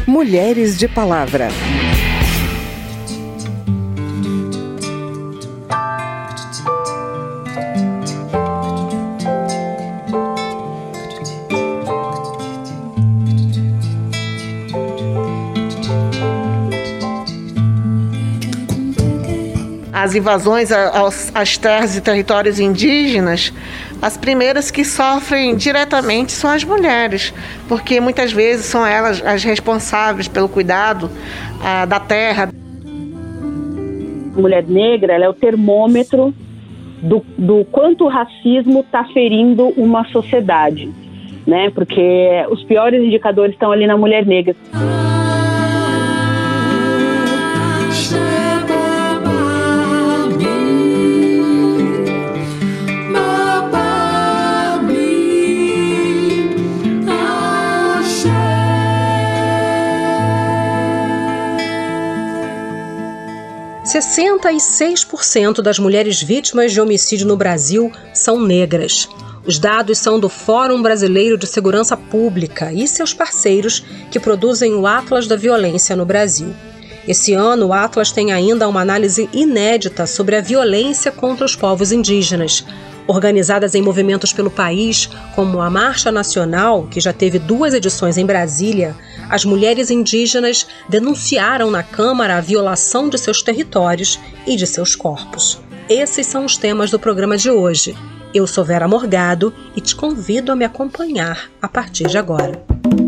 Mulheres de Palavra. As invasões às terras e territórios indígenas, as primeiras que sofrem diretamente são as mulheres, porque muitas vezes são elas as responsáveis pelo cuidado da terra. A mulher negra, ela é o termômetro do quanto o racismo está ferindo uma sociedade, né? Porque os piores indicadores estão ali na mulher negra. E 66% das mulheres vítimas de homicídio no Brasil são negras. Os dados são do Fórum Brasileiro de Segurança Pública e seus parceiros que produzem o Atlas da Violência no Brasil. Esse ano, o Atlas tem ainda uma análise inédita sobre a violência contra os povos indígenas. Organizadas em movimentos pelo país, como a Marcha Nacional, que já teve 2 edições em Brasília, as mulheres indígenas denunciaram na Câmara a violação de seus territórios e de seus corpos. Esses são os temas do programa de hoje. Eu sou Vera Morgado e te convido a me acompanhar a partir de agora.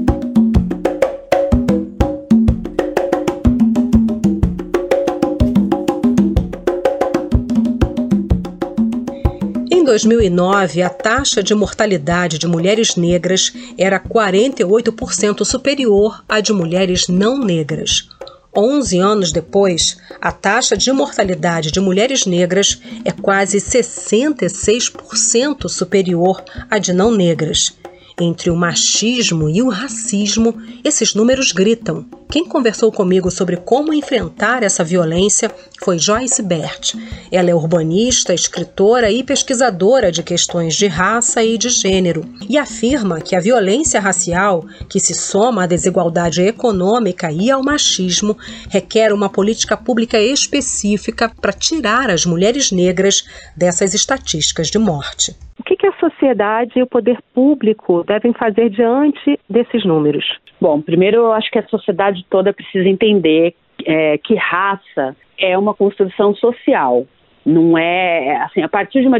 Em 2009, a taxa de mortalidade de mulheres negras era 48% superior à de mulheres não negras. 11 anos depois, a taxa de mortalidade de mulheres negras é quase 66% superior à de não negras. Entre o machismo e o racismo, esses números gritam. Quem conversou comigo sobre como enfrentar essa violência foi Joyce Bert. Ela é urbanista, escritora e pesquisadora de questões de raça e de gênero e afirma que a violência racial, que se soma à desigualdade econômica e ao machismo, requer uma política pública específica para tirar as mulheres negras dessas estatísticas de morte. O que a sociedade e o poder público devem fazer diante desses números? Bom, primeiro eu acho que a sociedade toda precisa entender que raça é uma construção social. Não é, assim, a partir de uma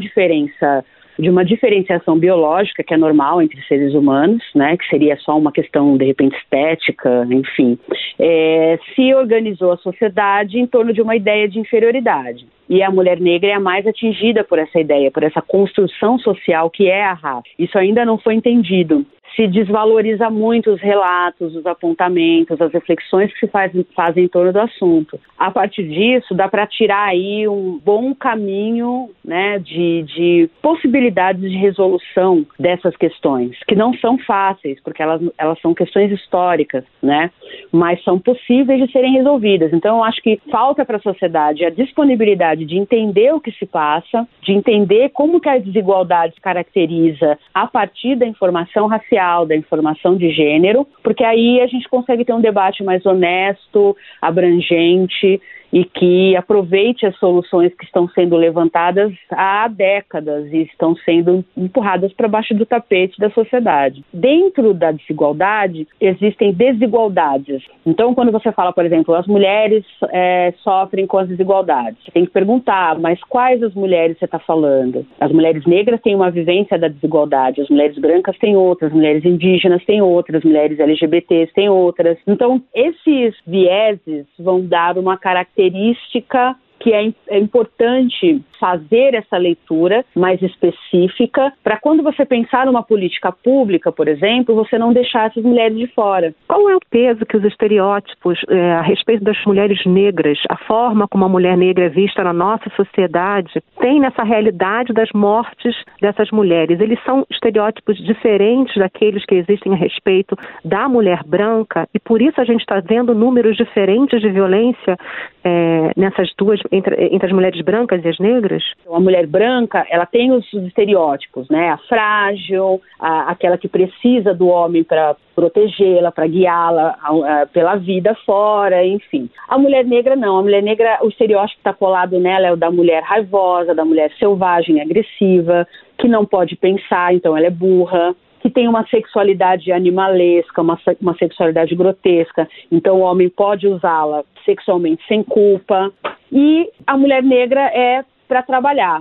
diferenciação biológica, que é normal entre seres humanos, né, que seria só uma questão, de repente, estética, enfim, se organizou a sociedade em torno de uma ideia de inferioridade. E a mulher negra é a mais atingida por essa ideia, por essa construção social que é a raça. Isso ainda não foi entendido. Se desvaloriza muito os relatos, os apontamentos, as reflexões que se fazem em torno do assunto. A partir disso, dá para tirar aí um bom caminho, né, de possibilidades de resolução dessas questões, que não são fáceis, porque elas são questões históricas, né, mas são possíveis de serem resolvidas. Então, eu acho que falta para a sociedade a disponibilidade de entender o que se passa, de entender como que a desigualdade se caracteriza a partir da informação racial, da informação de gênero, porque aí a gente consegue ter um debate mais honesto, abrangente e que aproveite as soluções que estão sendo levantadas há décadas e estão sendo empurradas para baixo do tapete da sociedade. Dentro da desigualdade, existem desigualdades. Então, quando você fala, por exemplo, as mulheres sofrem com as desigualdades, você tem que perguntar, mas quais as mulheres você está falando? As mulheres negras têm uma vivência da desigualdade, as mulheres brancas têm outras, as mulheres indígenas têm outras, as mulheres LGBTs têm outras. Então, esses vieses vão dar uma característica que é importante fazer essa leitura mais específica para quando você pensar numa política pública, por exemplo, você não deixar essas mulheres de fora. Qual é o peso que os estereótipos a respeito das mulheres negras, a forma como a mulher negra é vista na nossa sociedade, tem nessa realidade das mortes dessas mulheres? Eles são estereótipos diferentes daqueles que existem a respeito da mulher branca e por isso a gente está vendo números diferentes de violência entre as mulheres brancas e as negras? A mulher branca, ela tem os estereótipos, né? A frágil, aquela que precisa do homem para protegê-la, para guiá-la pela vida fora, enfim. A mulher negra não. A mulher negra, o estereótipo que está colado nela é o da mulher raivosa, da mulher selvagem, agressiva, que não pode pensar, então ela é burra, que tem uma sexualidade animalesca, uma sexualidade grotesca, então o homem pode usá-la sexualmente sem culpa. E a mulher negra é para trabalhar,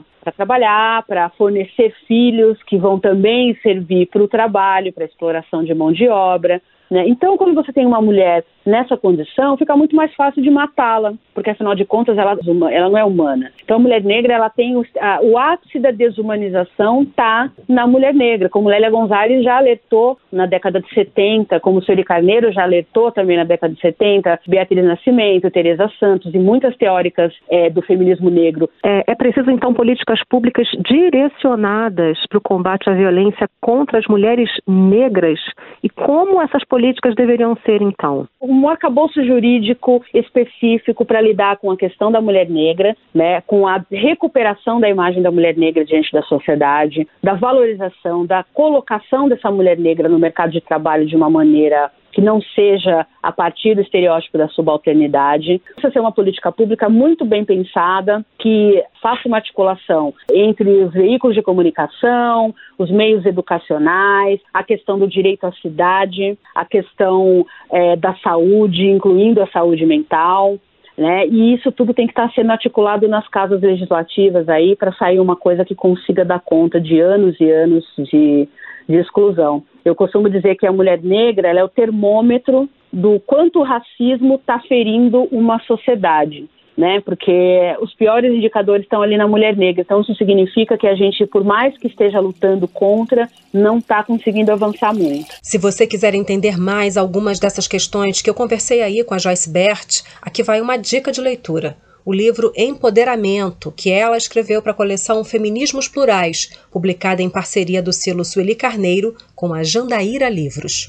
para fornecer filhos que vão também servir para o trabalho, para a exploração de mão de obra, né? Então, quando você tem uma mulher nessa condição, fica muito mais fácil de matá-la, porque afinal de contas ela não é humana. Então a mulher negra, ela tem o ápice da desumanização está na mulher negra, como Lélia Gonzalez já alertou na década de 70, como Sueli Carneiro já alertou também na década de 70, Beatriz Nascimento, Teresa Santos e muitas teóricas do feminismo negro. É preciso então políticas públicas direcionadas para o combate à violência contra as mulheres negras. E como essas políticas deveriam ser então? Um arcabouço jurídico específico para lidar com a questão da mulher negra, né, com a recuperação da imagem da mulher negra diante da sociedade, da valorização, da colocação dessa mulher negra no mercado de trabalho de uma maneira que não seja a partir do estereótipo da subalternidade. Precisa ser uma política pública muito bem pensada, que faça uma articulação entre os veículos de comunicação, os meios educacionais, a questão do direito à cidade, a questão da saúde, incluindo a saúde mental, né? E isso tudo tem que estar sendo articulado nas casas legislativas aí para sair uma coisa que consiga dar conta de anos e anos de exclusão. Eu costumo dizer que a mulher negra ela é o termômetro do quanto o racismo está ferindo uma sociedade, né? Porque os piores indicadores estão ali na mulher negra. Então isso significa que a gente, por mais que esteja lutando contra, não está conseguindo avançar muito. Se você quiser entender mais algumas dessas questões que eu conversei aí com a Joyce Bert, aqui vai uma dica de leitura. O livro Empoderamento, que ela escreveu para a coleção Feminismos Plurais, publicada em parceria do selo Sueli Carneiro com a Jandaíra Livros.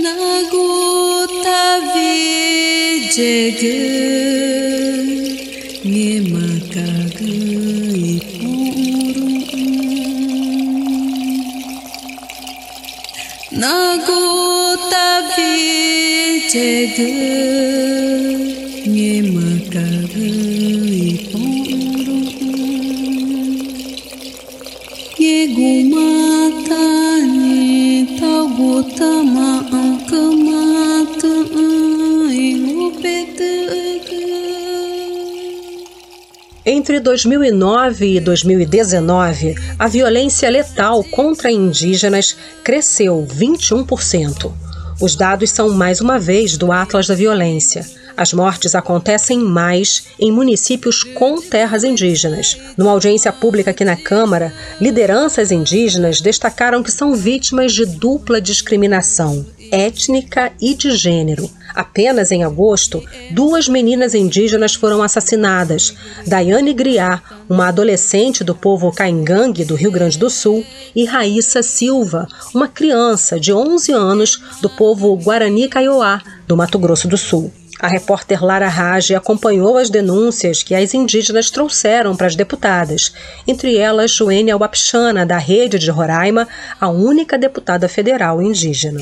Entre 2009 e 2019, a violência letal contra indígenas cresceu 21%. Os dados são, mais uma vez, do Atlas da Violência. As mortes acontecem mais em municípios com terras indígenas. Numa audiência pública aqui na Câmara, lideranças indígenas destacaram que são vítimas de dupla discriminação, étnica e de gênero. Apenas em agosto, 2 meninas indígenas foram assassinadas. Daiane Griá, uma adolescente do povo Caingangue, do Rio Grande do Sul, e Raíssa Silva, uma criança de 11 anos do povo Guarani Kaiowá, do Mato Grosso do Sul. A repórter Lara Rage acompanhou as denúncias que as indígenas trouxeram para as deputadas, entre elas Joênia Wapchana, da Rede de Roraima, a única deputada federal indígena.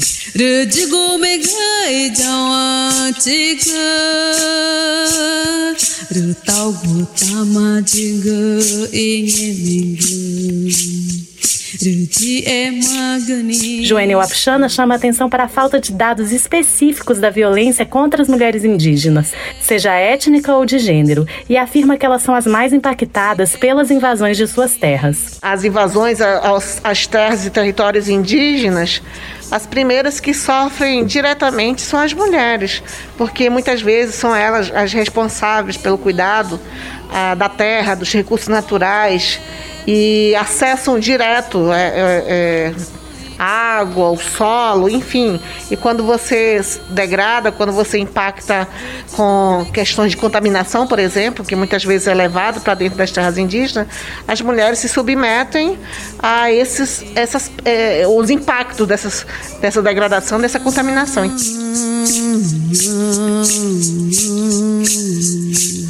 Joênia Wapchana chama a atenção para a falta de dados específicos da violência contra as mulheres indígenas, seja étnica ou de gênero, e afirma que elas são as mais impactadas pelas invasões de suas terras. As invasões às terras e territórios indígenas, as primeiras que sofrem diretamente são as mulheres, porque muitas vezes são elas as responsáveis pelo cuidado da terra, dos recursos naturais, e acessam direto a água, o solo, enfim. E quando você degrada, quando você impacta com questões de contaminação, por exemplo, que muitas vezes é levado para dentro das terras indígenas, as mulheres se submetem a os impactos dessa degradação, dessa contaminação. A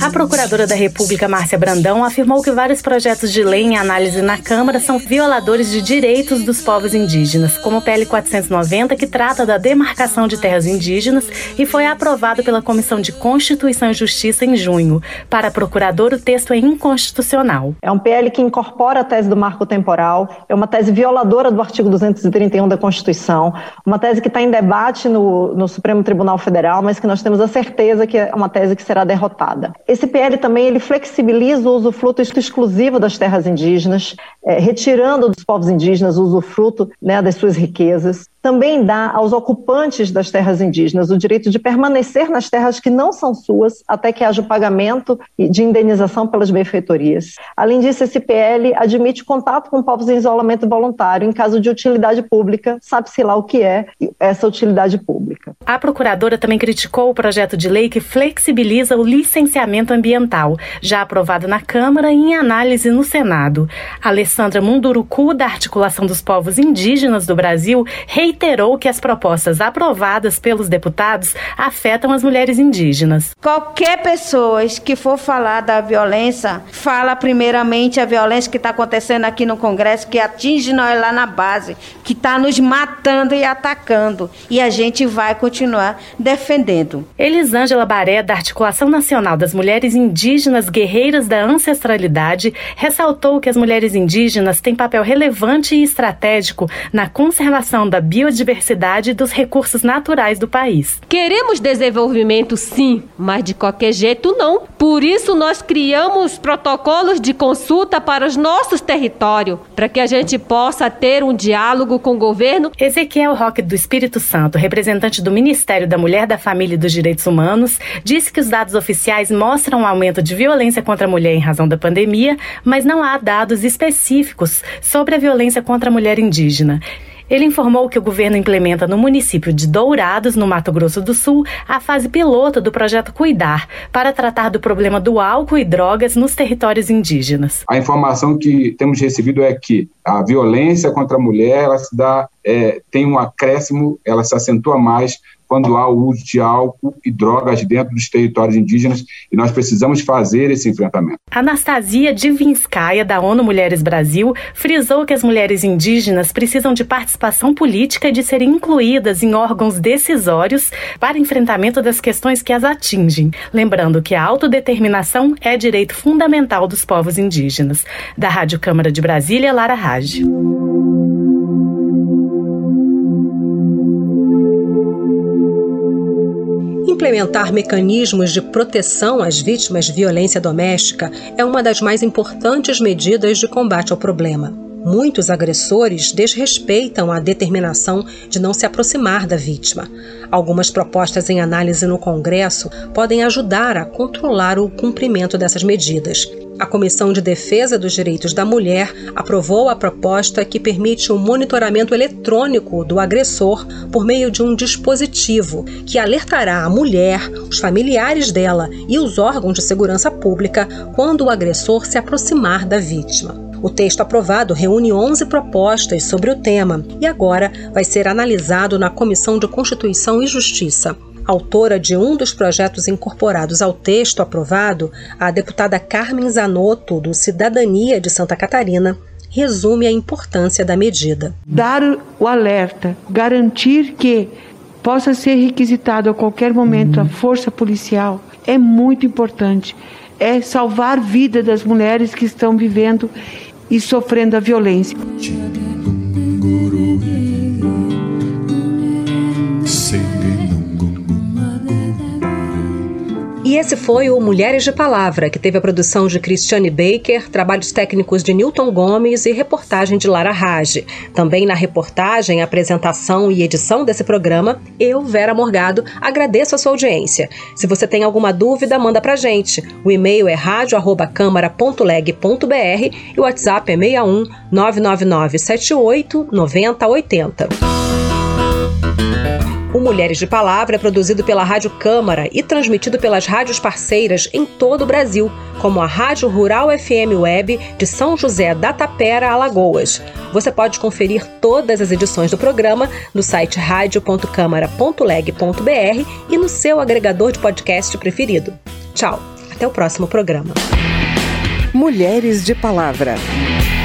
A procuradora da República, Márcia Brandão, afirmou que vários projetos de lei em análise na Câmara são violadores de direitos dos povos indígenas, como o PL 490, que trata da demarcação de terras indígenas e foi aprovado pela Comissão de Constituição e Justiça em junho. Para a procuradora, o texto é inconstitucional. É um PL que incorpora a tese do marco temporal, é uma tese violadora do artigo 231 da Constituição, uma tese que está em debate no Supremo Tribunal Federal, mas que nós temos a certeza que é uma tese que será derrotada. Esse PL também ele flexibiliza o usufruto exclusivo das terras indígenas, retirando dos povos indígenas o usufruto, das suas riquezas. Também dá aos ocupantes das terras indígenas o direito de permanecer nas terras que não são suas até que haja o pagamento de indenização pelas benfeitorias. Além disso, esse PL admite contato com povos em isolamento voluntário em caso de utilidade pública, sabe-se lá o que é essa utilidade pública. A procuradora também criticou o projeto de lei que flexibiliza o licenciamento ambiental, já aprovado na Câmara e em análise no Senado. Alessandra Munduruku, da Articulação dos Povos Indígenas do Brasil, reiterou que as propostas aprovadas pelos deputados afetam as mulheres indígenas. Qualquer pessoa que for falar da violência, fala primeiramente a violência que está acontecendo aqui no Congresso, que atinge nós lá na base, que está nos matando e atacando. E a gente vai continuar defendendo. Elisângela Baré, da Articulação Nacional das Mulheres Indígenas Guerreiras da Ancestralidade, ressaltou que as mulheres indígenas têm papel relevante e estratégico na conservação da biodiversidade e dos recursos naturais do país. Queremos desenvolvimento, sim, mas de qualquer jeito não. Por isso nós criamos protocolos de consulta para os nossos territórios, para que a gente possa ter um diálogo com o governo. Ezequiel Roque do Espírito Santo, representante do Ministério da Mulher, da Família e dos Direitos Humanos, disse que os dados oficiais mostram um aumento de violência contra a mulher em razão da pandemia, mas não há dados específicos sobre a violência contra a mulher indígena. Ele informou que o governo implementa no município de Dourados, no Mato Grosso do Sul, a fase piloto do projeto Cuidar, para tratar do problema do álcool e drogas nos territórios indígenas. A informação que temos recebido é que a violência contra a mulher ela se dá, tem um acréscimo, ela se acentua mais quando há o uso de álcool e drogas dentro dos territórios indígenas, e nós precisamos fazer esse enfrentamento. Anastasia Divinskaya, da ONU Mulheres Brasil, frisou que as mulheres indígenas precisam de participação política e de serem incluídas em órgãos decisórios para enfrentamento das questões que as atingem, lembrando que a autodeterminação é direito fundamental dos povos indígenas. Da Rádio Câmara de Brasília, Lara Rage. Implementar mecanismos de proteção às vítimas de violência doméstica é uma das mais importantes medidas de combate ao problema. Muitos agressores desrespeitam a determinação de não se aproximar da vítima. Algumas propostas em análise no Congresso podem ajudar a controlar o cumprimento dessas medidas. A Comissão de Defesa dos Direitos da Mulher aprovou a proposta que permite o monitoramento eletrônico do agressor por meio de um dispositivo que alertará a mulher, os familiares dela e os órgãos de segurança pública quando o agressor se aproximar da vítima. O texto aprovado reúne 11 propostas sobre o tema e agora vai ser analisado na Comissão de Constituição e Justiça. Autora de um dos projetos incorporados ao texto aprovado, a deputada Carmen Zanotto, do Cidadania de Santa Catarina, resume a importância da medida. Dar o alerta, garantir que possa ser requisitado a qualquer momento a força policial é muito importante. É salvar a vida das mulheres que estão vivendo e sofrendo a violência. E esse foi o Mulheres de Palavra, que teve a produção de Cristiane Baker, trabalhos técnicos de Newton Gomes e reportagem de Lara Rage. Também na reportagem, apresentação e edição desse programa, eu, Vera Morgado, agradeço a sua audiência. Se você tem alguma dúvida, manda pra gente. O e-mail é radio@câmara.leg.br e o WhatsApp é 61 999 78 9080. O Mulheres de Palavra é produzido pela Rádio Câmara e transmitido pelas rádios parceiras em todo o Brasil, como a Rádio Rural FM Web de São José da Tapera, Alagoas. Você pode conferir todas as edições do programa no site radio.câmara.leg.br e no seu agregador de podcast preferido. Tchau, Até o próximo programa. Mulheres de Palavra.